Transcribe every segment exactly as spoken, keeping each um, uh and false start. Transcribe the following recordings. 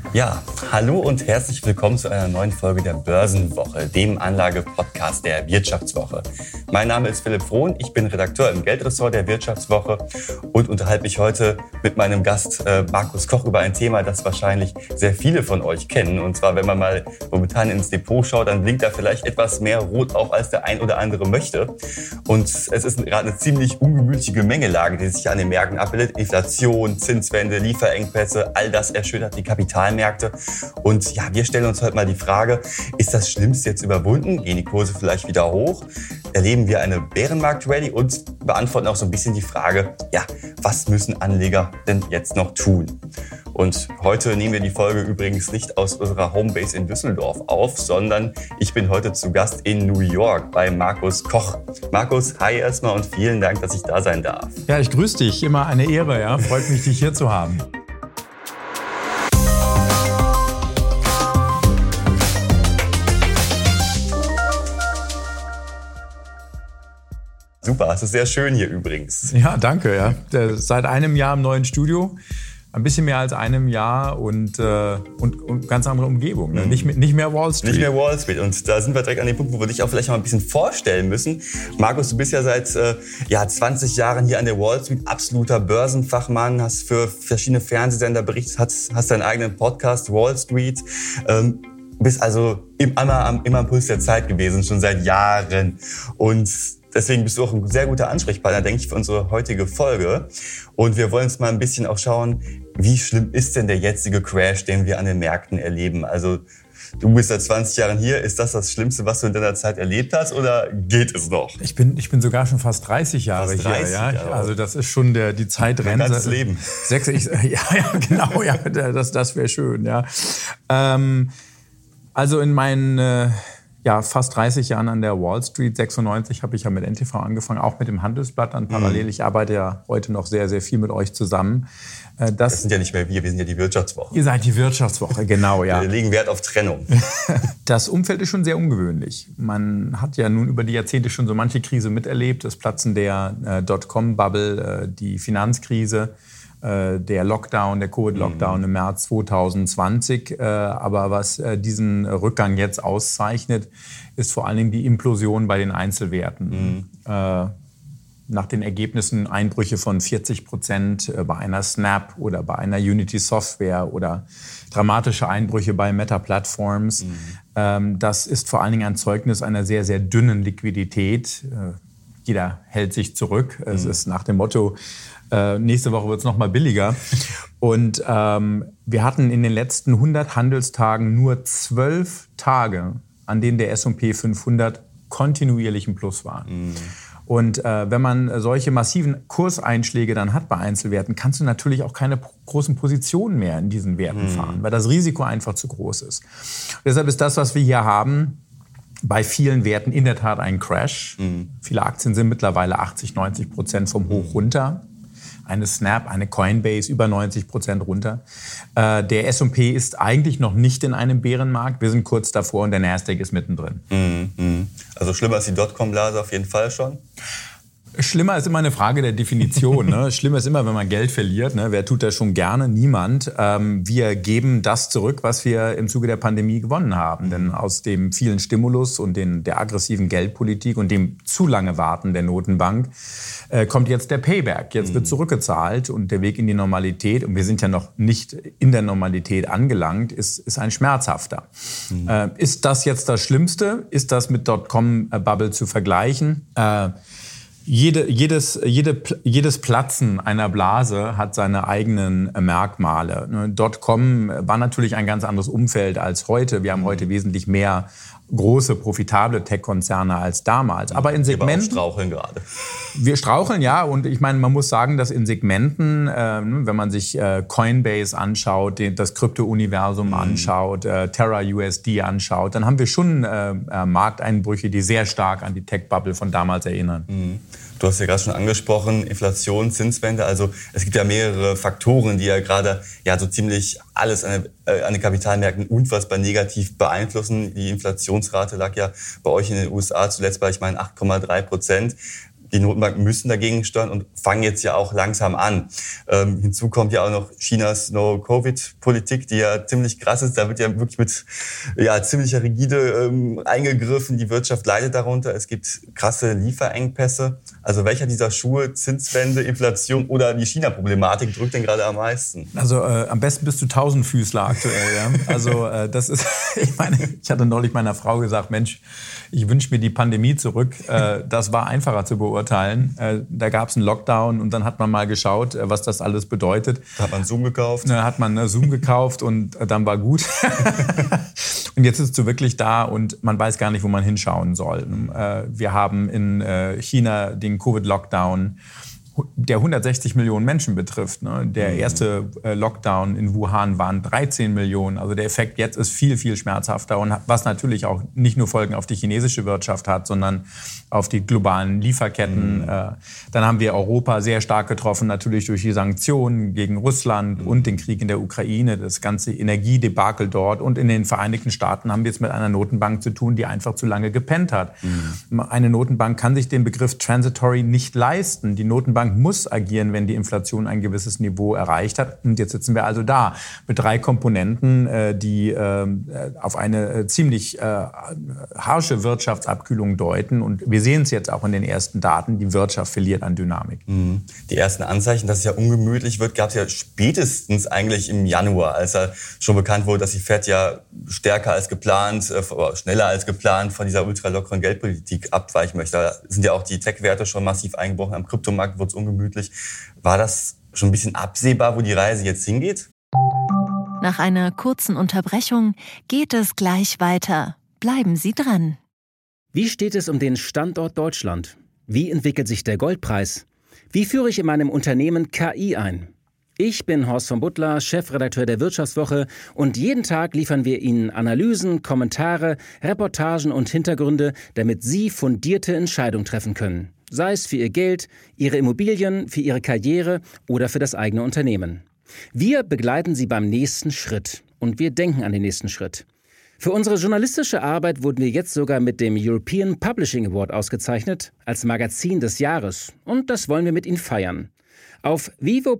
Ja, hallo und herzlich willkommen zu einer neuen Folge der Börsenwoche, dem Anlage-Podcast der Wirtschaftswoche. Mein Name ist Philipp Frohn, ich bin Redakteur im Geldressort der Wirtschaftswoche und unterhalte mich heute mit meinem Gast äh, Markus Koch über ein Thema, das wahrscheinlich sehr viele von euch kennen. Und zwar, wenn man mal momentan ins Depot schaut, dann blinkt da vielleicht etwas mehr rot auf, als der ein oder andere möchte. Und es ist gerade eine ziemlich ungemütliche Gemengelage, die sich an den Märkten abbildet. Inflation, Zinswende, Lieferengpässe, all das erschüttert die Kapitalmärkte. Und ja, wir stellen uns heute mal die Frage, ist das Schlimmste jetzt überwunden? Gehen die Kurse vielleicht wieder hoch? Erleben wir eine Bärenmarkt-Rallye? Und beantworten auch so ein bisschen die Frage, ja, was müssen Anleger denn jetzt noch tun? Und heute nehmen wir die Folge übrigens nicht aus unserer Homebase in Düsseldorf auf, sondern ich bin heute zu Gast in New York bei Markus Koch. Markus, hi erstmal und vielen Dank, dass ich da sein darf. Ja, ich grüße dich. Immer eine Ehre. Ja, freut mich, dich hier zu haben. Super, es ist sehr schön hier übrigens. Ja, danke. Ja. Seit einem Jahr im neuen Studio, ein bisschen mehr als einem Jahr und, äh, und, und ganz andere Umgebung. Ne? Nicht, nicht mehr Wall Street. Nicht mehr Wall Street. Und da sind wir direkt an dem Punkt, wo wir dich auch vielleicht mal ein bisschen vorstellen müssen. Markus, du bist ja seit äh, ja, zwanzig Jahren hier an der Wall Street, absoluter Börsenfachmann, hast für verschiedene Fernsehsender berichtet, hast, hast deinen eigenen Podcast Wall Street. Ähm, bist also immer am, immer am Puls der Zeit gewesen, schon seit Jahren. Und deswegen bist du auch ein sehr guter Ansprechpartner, denke ich, für unsere heutige Folge. Und wir wollen uns mal ein bisschen auch schauen, wie schlimm ist denn der jetzige Crash, den wir an den Märkten erleben? Also du bist seit zwanzig Jahren hier. Ist das das Schlimmste, was du in deiner Zeit erlebt hast, oder geht es noch? Ich bin, ich bin sogar schon fast dreißig Jahre fast dreißig hier. Ja? Jahre. Also das ist schon der, die Zeit rennt. Mein ganzes Leben. Sechs, ich, ja, ja, genau. Ja, das, das wäre schön. Ja. Ähm, also in meinen äh, ja, fast dreißig Jahren an der Wall Street, sechsundneunzig habe ich ja mit N T V angefangen, auch mit dem Handelsblatt dann parallel. Mhm. Ich arbeite ja heute noch sehr, sehr viel mit euch zusammen. Das, das sind ja nicht mehr wir, wir sind ja die Wirtschaftswoche. Ihr seid die Wirtschaftswoche, genau, ja. Wir legen Wert auf Trennung. Das Umfeld ist schon sehr ungewöhnlich. Man hat ja nun über die Jahrzehnte schon so manche Krise miterlebt. Das Platzen der äh, Dotcom-Bubble, äh, die Finanzkrise, äh, der Lockdown, der Covid-Lockdown mhm. im März zwanzig zwanzig. Äh, aber was äh, diesen Rückgang jetzt auszeichnet, ist vor allen Dingen die Implosion bei den Einzelwerten. Mhm. Äh, nach den Ergebnissen Einbrüche von vierzig Prozent bei einer Snap oder bei einer Unity Software oder dramatische Einbrüche bei Meta Platforms. Mhm. Das ist vor allen Dingen ein Zeugnis einer sehr, sehr dünnen Liquidität. Jeder hält sich zurück. Mhm. Es ist nach dem Motto, nächste Woche wird es noch mal billiger. Und ähm, wir hatten in den letzten hundert Handelstagen nur zwölf Tage, an denen der S und P fünfhundert kontinuierlich im Plus war. Mhm. Und äh, wenn man solche massiven Kurseinschläge dann hat bei Einzelwerten, kannst du natürlich auch keine großen Positionen mehr in diesen Werten fahren, weil das Risiko einfach zu groß ist. Und deshalb ist das, was wir hier haben, bei vielen Werten in der Tat ein Crash. Mhm. Viele Aktien sind mittlerweile achtzig, neunzig Prozent vom Hoch runter. Eine Snap, eine Coinbase über neunzig Prozent runter. Äh, der S und P ist eigentlich noch nicht in einem Bärenmarkt. Wir sind kurz davor und der Nasdaq ist mittendrin. Mhm. Also schlimmer als die Dotcom-Blase auf jeden Fall schon? Schlimmer ist immer eine Frage der Definition. Ne? Schlimmer ist immer, wenn man Geld verliert. Ne? Wer tut das schon gerne? Niemand. Ähm, wir geben das zurück, was wir im Zuge der Pandemie gewonnen haben. Mhm. Denn aus dem vielen Stimulus und den, der aggressiven Geldpolitik und dem zu lange Warten der Notenbank äh, kommt jetzt der Payback. Jetzt mhm. wird zurückgezahlt und der Weg in die Normalität, und wir sind ja noch nicht in der Normalität angelangt, ist, ist ein schmerzhafter. Mhm. Äh, ist das jetzt das Schlimmste? Ist das mit Dotcom-Bubble zu vergleichen? Äh, Jede, jedes, jede, jedes Platzen einer Blase hat seine eigenen Merkmale. Dotcom war natürlich ein ganz anderes Umfeld als heute. Wir haben heute wesentlich mehr große, profitable Tech-Konzerne als damals. Aber in Segmenten... Wir straucheln gerade. Wir straucheln, ja. Und ich meine, man muss sagen, dass in Segmenten, äh, wenn man sich äh, Coinbase anschaut, den, das Krypto-Universum mhm. anschaut, äh, Terra U S D anschaut, dann haben wir schon äh, äh, Markteinbrüche, die sehr stark an die Tech-Bubble von damals erinnern. Mhm. Du hast ja gerade schon angesprochen, Inflation, Zinswende. Also es gibt ja mehrere Faktoren, die ja gerade ja so ziemlich alles an, äh, an den Kapitalmärkten unfassbar negativ beeinflussen. Die Inflationsrate lag ja bei euch in den U S A zuletzt bei, ich meine, acht Komma drei Prozent. die Notenbanken müssen dagegen steuern und fangen jetzt ja auch langsam an. Ähm, hinzu kommt ja auch noch Chinas No-Covid-Politik, die ja ziemlich krass ist. Da wird ja wirklich mit ja, ziemlicher rigide ähm, eingegriffen. Die Wirtschaft leidet darunter. Es gibt krasse Lieferengpässe. Also welcher dieser Schuhe, Zinswende, Inflation oder die China-Problematik drückt denn gerade am meisten? Also äh, am besten bist du Tausendfüßler aktuell. Ja? Also äh, das ist, ich meine, ich hatte neulich meiner Frau gesagt, Mensch, ich wünsche mir die Pandemie zurück. Äh, das war einfacher zu beurteilen. Äh, da gab es einen Lockdown und dann hat man mal geschaut, äh, was das alles bedeutet. Da hat man Zoom gekauft. Da hat man ne, Zoom gekauft und äh, dann war gut. Und jetzt ist es so wirklich da und man weiß gar nicht, wo man hinschauen soll. Äh, wir haben in äh, China den Covid-Lockdown, der hundertsechzig Millionen Menschen betrifft. Ne? Der erste äh, Lockdown in Wuhan waren dreizehn Millionen. Also der Effekt jetzt ist viel, viel schmerzhafter und was natürlich auch nicht nur Folgen auf die chinesische Wirtschaft hat, sondern auf die globalen Lieferketten. Mhm. Äh, dann haben wir Europa sehr stark getroffen, natürlich durch die Sanktionen gegen Russland mhm. und den Krieg in der Ukraine, das ganze Energiedebakel dort. Und in den Vereinigten Staaten haben wir es mit einer Notenbank zu tun, die einfach zu lange gepennt hat. Mhm. Eine Notenbank kann sich den Begriff Transitory nicht leisten. Die Notenbank muss agieren, wenn die Inflation ein gewisses Niveau erreicht hat. Und jetzt sitzen wir also da mit drei Komponenten, die auf eine ziemlich harsche Wirtschaftsabkühlung deuten. Und wir sehen es jetzt auch in den ersten Daten, die Wirtschaft verliert an Dynamik. Die ersten Anzeichen, dass es ja ungemütlich wird, gab es ja spätestens eigentlich im Januar, als ja schon bekannt wurde, dass die Fed ja stärker als geplant, schneller als geplant von dieser ultralockeren Geldpolitik abweichen möchte. Da sind ja auch die Tech-Werte schon massiv eingebrochen. Am Kryptomarkt wurde es ungemütlich. War das schon ein bisschen absehbar, wo die Reise jetzt hingeht? Nach einer kurzen Unterbrechung geht es gleich weiter. Bleiben Sie dran. Wie steht es um den Standort Deutschland? Wie entwickelt sich der Goldpreis? Wie führe ich in meinem Unternehmen K I ein? Ich bin Horst von Butler, Chefredakteur der Wirtschaftswoche und jeden Tag liefern wir Ihnen Analysen, Kommentare, Reportagen und Hintergründe, damit Sie fundierte Entscheidungen treffen können. Sei es für Ihr Geld, Ihre Immobilien, für Ihre Karriere oder für das eigene Unternehmen. Wir begleiten Sie beim nächsten Schritt und wir denken an den nächsten Schritt. Für unsere journalistische Arbeit wurden wir jetzt sogar mit dem European Publishing Award ausgezeichnet als Magazin des Jahres und das wollen wir mit Ihnen feiern. Auf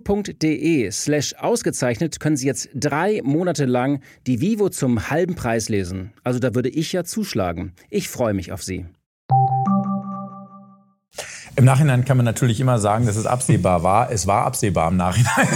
vivo.de slash ausgezeichnet können Sie jetzt drei Monate lang die Vivo zum halben Preis lesen. Also da würde ich ja zuschlagen. Ich freue mich auf Sie. Im Nachhinein kann man natürlich immer sagen, dass es absehbar war. Es war absehbar im Nachhinein.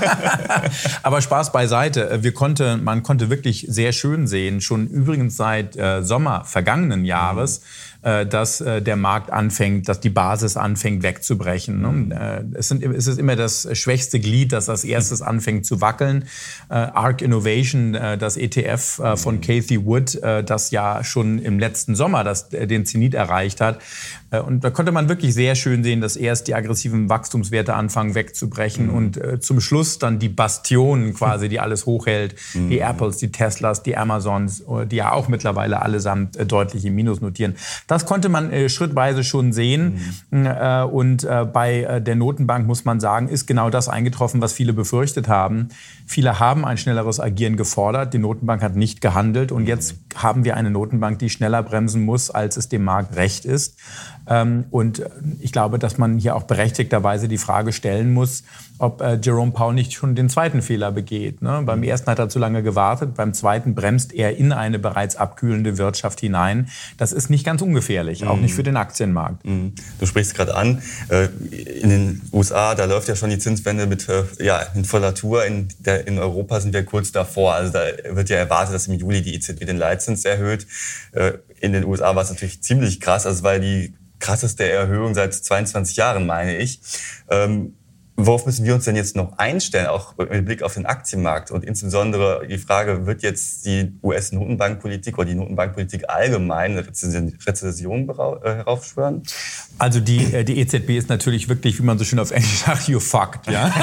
Aber Spaß beiseite. Wir konnte, man konnte wirklich sehr schön sehen, schon übrigens seit äh, Sommer vergangenen Jahres, äh, dass äh, der Markt anfängt, dass die Basis anfängt wegzubrechen. Ne? Äh, es, sind, es ist immer das schwächste Glied, das als erstes anfängt zu wackeln. Äh, Arc Innovation, äh, das E T F äh, von Cathie Wood, äh, das ja schon im letzten Sommer das, äh, den Zenit erreicht hat. Äh, und da konnte man wirklich sehr schön sehen, dass erst die aggressiven Wachstumswerte anfangen wegzubrechen mhm. und äh, zum Schluss dann die Bastionen quasi, die alles hochhält, mhm. die Apples, die Teslas, die Amazons, die ja auch mittlerweile allesamt äh, deutlich im Minus notieren. Das konnte man äh, schrittweise schon sehen mhm. äh, und äh, bei äh, der Notenbank muss man sagen, ist genau das eingetroffen, was viele befürchtet haben. Viele haben ein schnelleres Agieren gefordert, die Notenbank hat nicht gehandelt und jetzt haben wir eine Notenbank, die schneller bremsen muss, als es dem Markt recht ist. Ähm, und ich glaube, dass man hier auch berechtigterweise die Frage stellen muss, ob äh, Jerome Powell nicht schon den zweiten Fehler begeht. Ne? Beim ersten hat er zu lange gewartet, beim zweiten bremst er in eine bereits abkühlende Wirtschaft hinein. Das ist nicht ganz ungefährlich, auch nicht für den Aktienmarkt. Du sprichst gerade an, äh, in den U S A, da läuft ja schon die Zinswende mit äh, ja, in voller Tour. In, der, in Europa sind wir kurz davor. Also da wird ja erwartet, dass im Juli die E Z B den Leitzins erhöht. Äh, in den U S A war es natürlich ziemlich krass, also weil die krasseste Erhöhung seit zweiundzwanzig Jahren, meine ich. Ähm, worauf müssen wir uns denn jetzt noch einstellen, auch mit Blick auf den Aktienmarkt? Und insbesondere die Frage, wird jetzt die U S-Notenbankpolitik oder die Notenbankpolitik allgemein eine Rezession, Rezession heraufschwören? Also die, die E Z B ist natürlich wirklich, wie man so schön auf Englisch sagt, you fucked. Ja?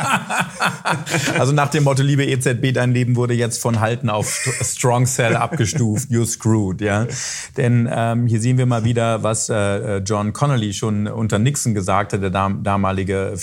Also nach dem Motto, liebe E Z B, dein Leben wurde jetzt von Halten auf Strong Sell abgestuft, you're screwed. Ja? Denn ähm, hier sehen wir mal wieder, was äh, John Connolly schon unter Nixon gesagt hat, der dam- damalige Finanzminister.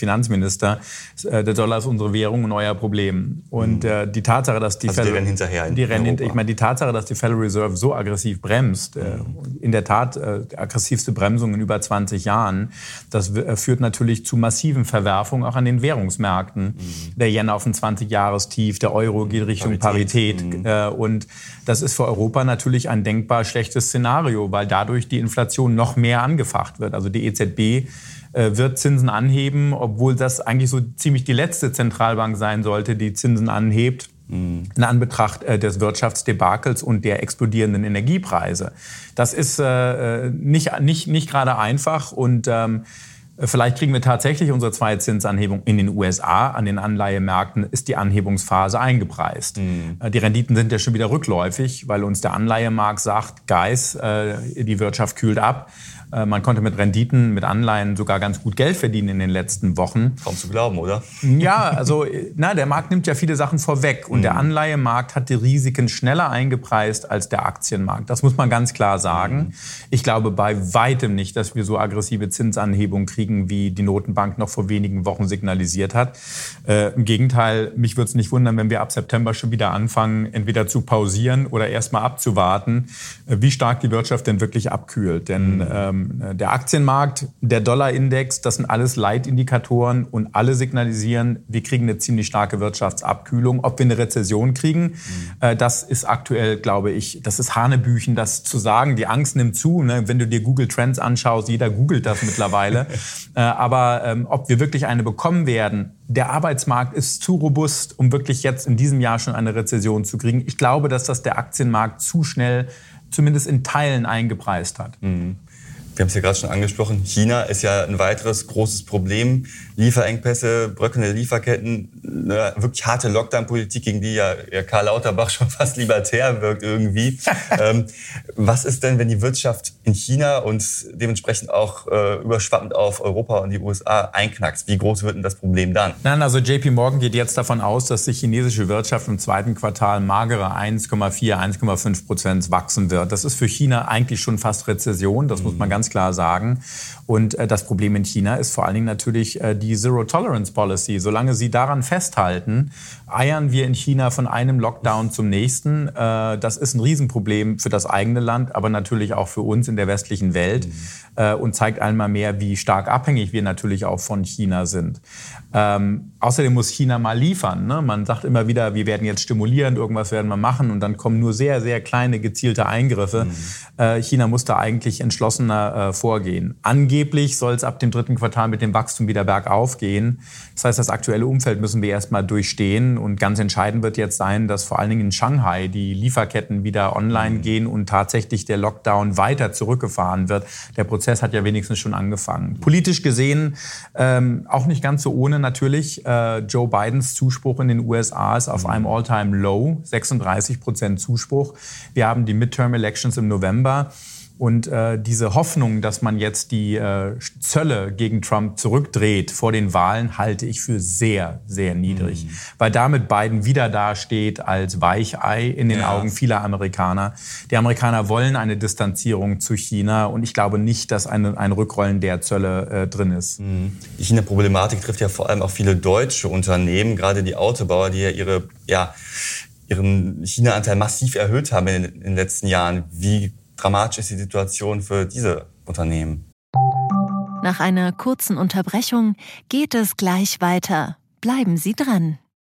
Finanzminister, der Dollar ist unsere Währung und euer Problem. Und mhm. äh, die Tatsache, dass die, also die Federal, rennen hinterher in die rennen Europa. Ich meine, die Tatsache, dass die Federal Reserve so aggressiv bremst, mhm. äh, in der Tat äh, die aggressivste Bremsung in über zwanzig Jahren, das äh, führt natürlich zu massiven Verwerfungen auch an den Währungsmärkten. Mhm. Der Yen auf ein zwanzig-Jahres-Tief, der Euro geht Richtung Parität. Parität. Mhm. Äh, und das ist für Europa natürlich ein denkbar schlechtes Szenario, weil dadurch die Inflation noch mehr angefacht wird. Also die E Z B äh, wird Zinsen anheben, obwohl das eigentlich so ziemlich die letzte Zentralbank sein sollte, die Zinsen anhebt. Mhm. In Anbetracht äh, des Wirtschaftsdebakels und der explodierenden Energiepreise. Das ist äh, nicht, nicht, nicht gerade einfach und ähm, vielleicht kriegen wir tatsächlich unsere zweite Zinsanhebung in den U S A. An den Anleihemärkten ist die Anhebungsphase eingepreist. Mhm. Die Renditen sind ja schon wieder rückläufig, weil uns der Anleihemarkt sagt, Guys, die Wirtschaft kühlt ab. Man konnte mit Renditen, mit Anleihen sogar ganz gut Geld verdienen in den letzten Wochen. Kaum zu glauben, oder? Ja, also na, der Markt nimmt ja viele Sachen vorweg. Und mhm. der Anleihemarkt hat die Risiken schneller eingepreist als der Aktienmarkt. Das muss man ganz klar sagen. Mhm. Ich glaube bei weitem nicht, dass wir so aggressive Zinsanhebungen kriegen, wie die Notenbank noch vor wenigen Wochen signalisiert hat. Äh, Im Gegenteil, mich würde es nicht wundern, wenn wir ab September schon wieder anfangen, entweder zu pausieren oder erst mal abzuwarten, wie stark die Wirtschaft denn wirklich abkühlt. Denn mhm. ähm, der Aktienmarkt, der Dollarindex, das sind alles Leitindikatoren und alle signalisieren, wir kriegen eine ziemlich starke Wirtschaftsabkühlung. Ob wir eine Rezession kriegen, mhm. äh, das ist aktuell, glaube ich, das ist Hanebüchen, das zu sagen. Die Angst nimmt zu, ne? Wenn du dir Google Trends anschaust, jeder googelt das mittlerweile. äh, aber ähm, ob wir wirklich eine bekommen werden, der Arbeitsmarkt ist zu robust, um wirklich jetzt in diesem Jahr schon eine Rezession zu kriegen. Ich glaube, dass das der Aktienmarkt zu schnell, zumindest in Teilen, eingepreist hat. Mhm. Wir haben es ja gerade schon angesprochen, China ist ja ein weiteres großes Problem. Lieferengpässe, bröckelnde Lieferketten, eine wirklich harte Lockdown-Politik, gegen die ja, ja Karl Lauterbach schon fast libertär wirkt irgendwie. ähm, was ist denn, wenn die Wirtschaft in China und dementsprechend auch äh, überschwappend auf Europa und die U S A einknackst? Wie groß wird denn das Problem dann? Nein, also J P Morgan geht jetzt davon aus, dass die chinesische Wirtschaft im zweiten Quartal magere eins Komma vier, eins Komma fünf Prozent wachsen wird. Das ist für China eigentlich schon fast Rezession, das muss man ganz klar sagen. Und äh, das Problem in China ist vor allen Dingen natürlich äh, die Zero-Tolerance-Policy. Solange sie daran festhalten, eiern wir in China von einem Lockdown zum nächsten. Äh, das ist ein Riesenproblem für das eigene Land, aber natürlich auch für uns in der westlichen Welt. Mhm. Äh, und zeigt einmal mehr, wie stark abhängig wir natürlich auch von China sind. Ähm, außerdem muss China mal liefern. Ne? Man sagt immer wieder, wir werden jetzt stimulieren, irgendwas werden wir machen. Und dann kommen nur sehr, sehr kleine, gezielte Eingriffe. Mhm. Äh, China muss da eigentlich entschlossener äh, vorgehen. Angeblich soll es ab dem dritten Quartal mit dem Wachstum wieder bergauf gehen. Das heißt, das aktuelle Umfeld müssen wir erstmal durchstehen. Und ganz entscheidend wird jetzt sein, dass vor allen Dingen in Shanghai die Lieferketten wieder online mhm. gehen und tatsächlich der Lockdown weiter zurückgefahren wird. Der Prozess hat ja wenigstens schon angefangen. Politisch gesehen ähm, auch nicht ganz so ohne natürlich. Äh, Joe Bidens Zuspruch in den U S A ist auf einem All-Time-Low, sechsunddreißig Prozent Zuspruch. Wir haben die Midterm-Elections im November. Und äh, diese Hoffnung, dass man jetzt die äh, Zölle gegen Trump zurückdreht vor den Wahlen, halte ich für sehr, sehr niedrig. Mhm. Weil damit Biden wieder dasteht als Weichei in den ja. Augen vieler Amerikaner. Die Amerikaner wollen eine Distanzierung zu China und ich glaube nicht, dass eine, ein Rückrollen der Zölle äh, drin ist. Mhm. Die China-Problematik trifft ja vor allem auch viele deutsche Unternehmen, gerade die Autobauer, die ja ihre, ja, ihren China-Anteil massiv erhöht haben in, in den letzten Jahren. Wie dramatisch ist die Situation für diese Unternehmen? Nach einer kurzen Unterbrechung geht es gleich weiter. Bleiben Sie dran.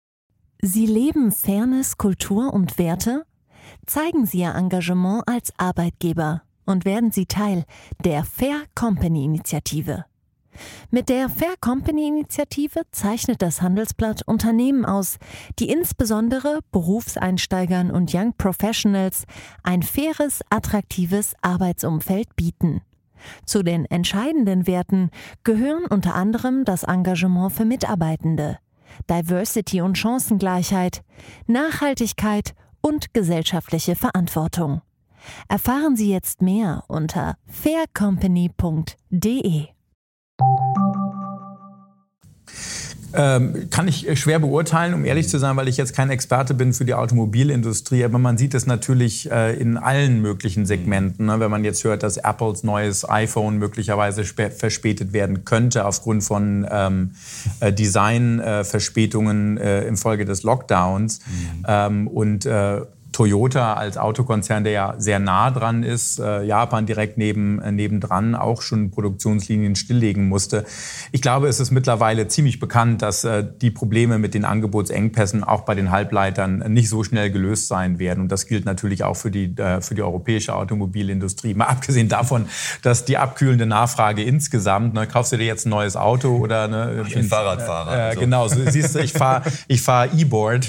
Sie leben Fairness, Kultur und Werte? Zeigen Sie Ihr Engagement als Arbeitgeber und werden Sie Teil der Fair Company Initiative. Mit der Fair Company Initiative zeichnet das Handelsblatt Unternehmen aus, die insbesondere Berufseinsteigern und Young Professionals ein faires, attraktives Arbeitsumfeld bieten. Zu den entscheidenden Werten gehören unter anderem das Engagement für Mitarbeitende, Diversity und Chancengleichheit, Nachhaltigkeit und gesellschaftliche Verantwortung. Erfahren Sie jetzt mehr unter fair company punkt de. Ähm, kann ich schwer beurteilen, um ehrlich zu sein, weil ich jetzt kein Experte bin für die Automobilindustrie. Aber man sieht es natürlich äh, in allen möglichen Segmenten. Ne? Wenn man jetzt hört, dass Apples neues iPhone möglicherweise spä- verspätet werden könnte aufgrund von ähm, äh, Designverspätungen äh, äh, infolge des Lockdowns. Mhm. Ähm, und äh, Toyota als Autokonzern, der ja sehr nah dran ist, äh, Japan direkt neben, äh, nebendran, auch schon Produktionslinien stilllegen musste. Ich glaube, es ist mittlerweile ziemlich bekannt, dass äh, die Probleme mit den Angebotsengpässen auch bei den Halbleitern nicht so schnell gelöst sein werden. Und das gilt natürlich auch für die, äh, für die europäische Automobilindustrie. Mal abgesehen davon, dass die abkühlende Nachfrage insgesamt, ne, kaufst du dir jetzt ein neues Auto oder... Ne, ich bin ins, Fahrradfahrer. Äh, also. Genau, so, siehst du, ich fahre ich fahr E-Board.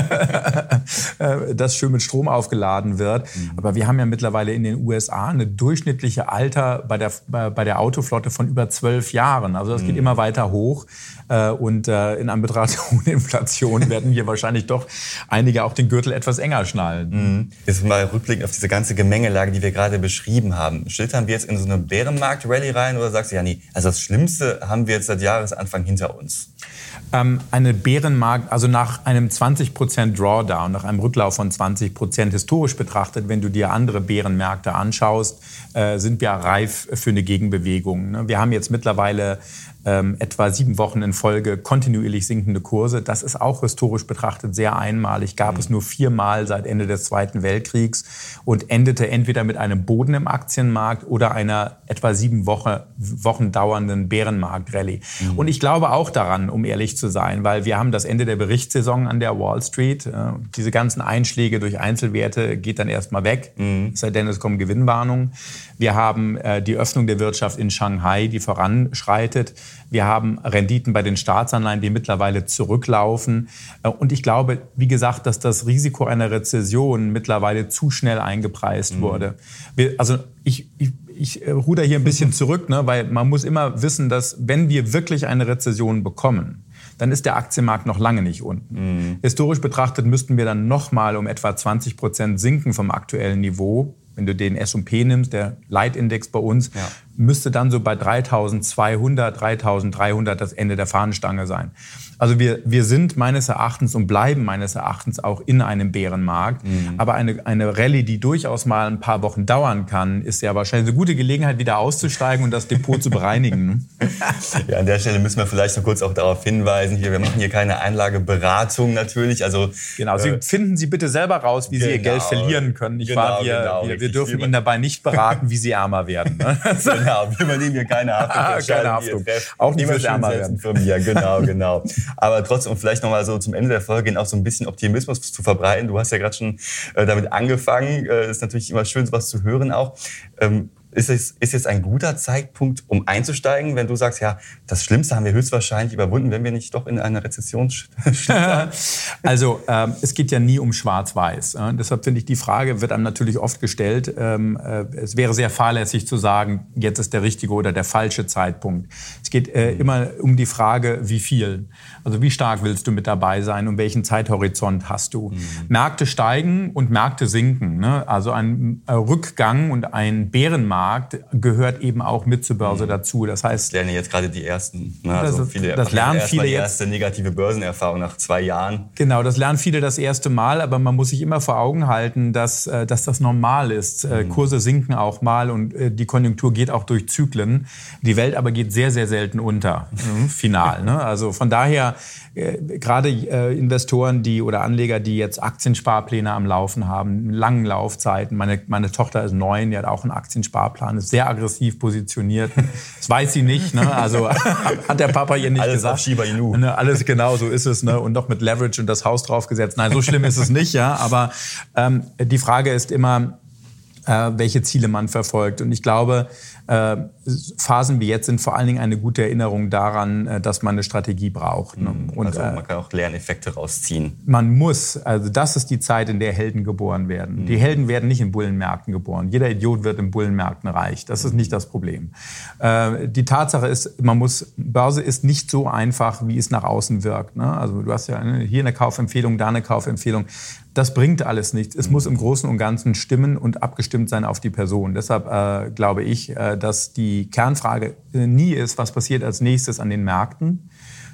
Das schön mit Strom aufgeladen wird. Mhm. Aber wir haben ja mittlerweile in den U S A eine durchschnittliche Alter bei der, bei der Autoflotte von über zwölf Jahren. Also das mhm. geht immer weiter hoch. Und in Anbetracht der hohen Inflation werden hier wahrscheinlich doch einige auch den Gürtel etwas enger schnallen. Mhm. Jetzt mal rückblickend auf diese ganze Gemengelage, die wir gerade beschrieben haben. Schlittern wir jetzt in so eine Bärenmarkt-Rallye rein oder sagst du, ja nee, also das Schlimmste haben wir jetzt seit Jahresanfang hinter uns? Ähm, eine Bärenmarkt, also nach einem zwanzig Prozent Drawdown, nach einem Rücklauf von zwanzig Prozent historisch betrachtet, wenn du dir andere Bärenmärkte anschaust, äh, sind wir reif für eine Gegenbewegung. Ne? Wir haben jetzt mittlerweile ähm, etwa sieben Wochen in Folge kontinuierlich sinkende Kurse. Das ist auch historisch betrachtet sehr einmalig. Gab mhm. es nur viermal seit Ende des Zweiten Weltkriegs und endete entweder mit einem Boden im Aktienmarkt oder einer etwa sieben Woche, Wochen dauernden Bärenmarkt-Rallye. Mhm. Und ich glaube auch daran, um ehrlich zu sein, weil wir haben das Ende der Berichtssaison an der Wall Street. Diese ganzen Einschläge durch Einzelwerte geht dann erstmal weg, mhm. es sei denn, es kommen Gewinnwarnungen. Wir haben die Öffnung der Wirtschaft in Shanghai, die voranschreitet. Wir haben Renditen bei den Staatsanleihen, die mittlerweile zurücklaufen. Und ich glaube, wie gesagt, dass das Risiko einer Rezession mittlerweile zu schnell eingepreist mhm. wurde. Wir, also ich, ich Ich ruder hier ein bisschen zurück, ne, weil man muss immer wissen, dass wenn wir wirklich eine Rezession bekommen, dann ist der Aktienmarkt noch lange nicht unten. Mhm. Historisch betrachtet müssten wir dann noch mal um etwa zwanzig Prozent sinken vom aktuellen Niveau. Wenn du den S und P nimmst, der Leitindex bei uns, ja. müsste dann so bei dreitausendzweihundert, dreitausenddreihundert das Ende der Fahnenstange sein. Also wir, wir sind meines Erachtens und bleiben meines Erachtens auch in einem Bärenmarkt. Mhm. Aber eine, eine Rallye, die durchaus mal ein paar Wochen dauern kann, ist ja wahrscheinlich eine gute Gelegenheit, wieder auszusteigen und das Depot zu bereinigen. Ja, an der Stelle müssen wir vielleicht noch kurz auch darauf hinweisen, hier, wir machen hier keine Einlageberatung natürlich. Also, genau, Sie, äh, finden Sie bitte selber raus, wie genau, Sie Ihr Geld verlieren können. Nicht genau, wahr? Wir, genau, wir, wir dürfen Ihnen dabei nicht beraten, wie Sie ärmer werden. Ne? Genau, wir übernehmen hier keine Haftung. keine Haftung. Auch nicht fürs ärmer werden. Ja, genau, genau. Aber trotzdem, um vielleicht noch mal so zum Ende der Folge hin auch so ein bisschen Optimismus zu verbreiten. Du hast ja gerade schon äh, damit angefangen. Äh, ist natürlich immer schön, sowas zu hören auch. Ähm, Ist es ist jetzt ein guter Zeitpunkt, um einzusteigen, wenn du sagst, ja, das Schlimmste haben wir höchstwahrscheinlich überwunden, wenn wir nicht doch in eine Rezession stehen? Also ähm, es geht ja nie um Schwarz-Weiß. Äh? Deshalb finde ich, die Frage wird einem natürlich oft gestellt. Ähm, äh, es wäre sehr fahrlässig zu sagen, jetzt ist der richtige oder der falsche Zeitpunkt. Es geht äh, immer um die Frage, wie viel. Also wie stark willst du mit dabei sein und welchen Zeithorizont hast du? Mhm. Märkte steigen und Märkte sinken. Ne? Also ein äh, Rückgang und ein Bärenmarkt gehört eben auch mit zur Börse mhm. dazu. Das heißt, das lernen jetzt gerade die ersten. Ne? Also das, viele, das lernen viele die jetzt. erste negative Börsenerfahrung nach zwei Jahren. Genau, das lernen viele das erste Mal, aber man muss sich immer vor Augen halten, dass, dass das normal ist. Mhm. Kurse sinken auch mal und die Konjunktur geht auch durch Zyklen. Die Welt aber geht sehr, sehr selten unter, final. Ne? Also von daher, äh, gerade äh, Investoren, die oder Anleger, die jetzt Aktiensparpläne am Laufen haben, langen Laufzeiten. Meine, meine Tochter ist neun, die hat auch einen Aktiensparplan. Plan ist sehr aggressiv positioniert. Das weiß sie nicht. Ne? Also hat der Papa ihr nicht alles gesagt. Auf Shiba Inu. Ne, alles genau, so ist es. Ne? Und noch mit Leverage und das Haus draufgesetzt. Nein, so schlimm ist es nicht. Ja, aber ähm, die Frage ist immer, äh, welche Ziele man verfolgt. Und ich glaube, äh, Phasen wie jetzt sind vor allen Dingen eine gute Erinnerung daran, äh, dass man eine Strategie braucht. Ne? Und, also man kann auch Lerneffekte rausziehen. Man muss, also das ist die Zeit, in der Helden geboren werden. Mhm. Die Helden werden nicht in Bullenmärkten geboren. Jeder Idiot wird in Bullenmärkten reich. Das ist nicht das Problem. Äh, die Tatsache ist, man muss, Börse ist nicht so einfach, wie es nach außen wirkt. Ne? Also du hast ja hier eine Kaufempfehlung, da eine Kaufempfehlung. Das bringt alles nichts. Es mhm. muss im Großen und Ganzen stimmen und abgestimmt sein auf die Person. Deshalb äh, glaube ich, äh, dass die Kernfrage äh, nie ist, was passiert als nächstes an den Märkten.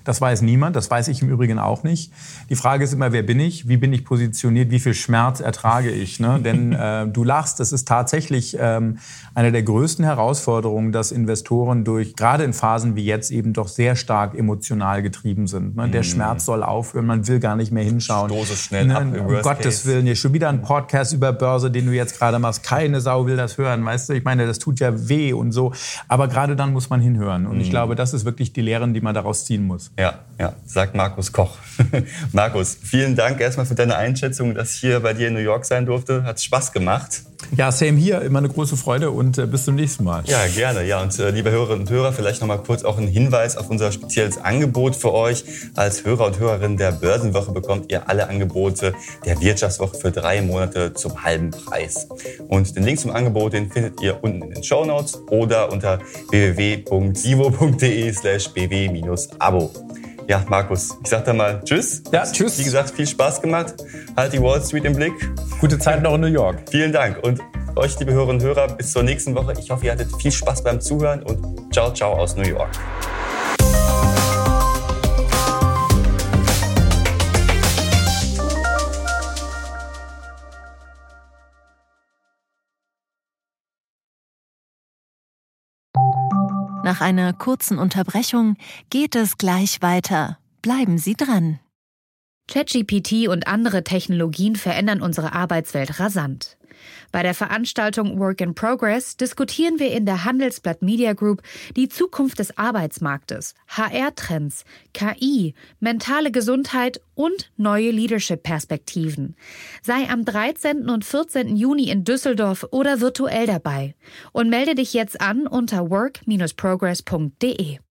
Das weiß niemand, das weiß ich im Übrigen auch nicht. Die Frage ist immer, wer bin ich, wie bin ich positioniert, wie viel Schmerz ertrage ich. Ne? Denn äh, du lachst, das ist tatsächlich ähm, eine der größten Herausforderungen, dass Investoren durch, gerade in Phasen wie jetzt, eben doch sehr stark emotional getrieben sind. Ne? Der mm. Schmerz soll aufhören, man will gar nicht mehr hinschauen. Stoße schnell ne? ab, Um Gottes Willen, hier schon wieder ein Podcast über Börse, den du jetzt gerade machst. Keine Sau will das hören, weißt du? Ich meine, das tut ja weh und so. Aber gerade dann muss man hinhören. Und mm. ich glaube, das ist wirklich die Lehren, die man daraus ziehen muss. Ja, ja, sagt Markus Koch. Markus, vielen Dank erstmal für deine Einschätzung, dass ich hier bei dir in New York sein durfte. Hat Spaß gemacht. Ja, same hier, immer eine große Freude und äh, bis zum nächsten Mal. Ja, gerne. Ja, und äh, liebe Hörerinnen und Hörer, vielleicht noch mal kurz auch ein Hinweis auf unser spezielles Angebot für euch. Als Hörer und Hörerin der Börsenwoche bekommt ihr alle Angebote der Wirtschaftswoche für drei Monate zum halben Preis. Und den Link zum Angebot, den findet ihr unten in den Shownotes oder unter w w w punkt sivo punkt d e slash b w abo. Ja, Markus, ich sag da mal Tschüss. Ja, tschüss. Wie gesagt, viel Spaß gemacht. Halt die Wall Street im Blick. Gute Zeit noch in New York. Vielen Dank. Und euch, liebe Hörerinnen und Hörer, bis zur nächsten Woche. Ich hoffe, ihr hattet viel Spaß beim Zuhören und ciao, ciao aus New York. Nach einer kurzen Unterbrechung geht es gleich weiter. Bleiben Sie dran. ChatGPT und andere Technologien verändern unsere Arbeitswelt rasant. Bei der Veranstaltung Work in Progress diskutieren wir in der Handelsblatt Media Group die Zukunft des Arbeitsmarktes, H R-Trends, K I, mentale Gesundheit und neue Leadership-Perspektiven. Sei am dreizehnten und vierzehnten Juni in Düsseldorf oder virtuell dabei und melde dich jetzt an unter work Bindestrich progress punkt de.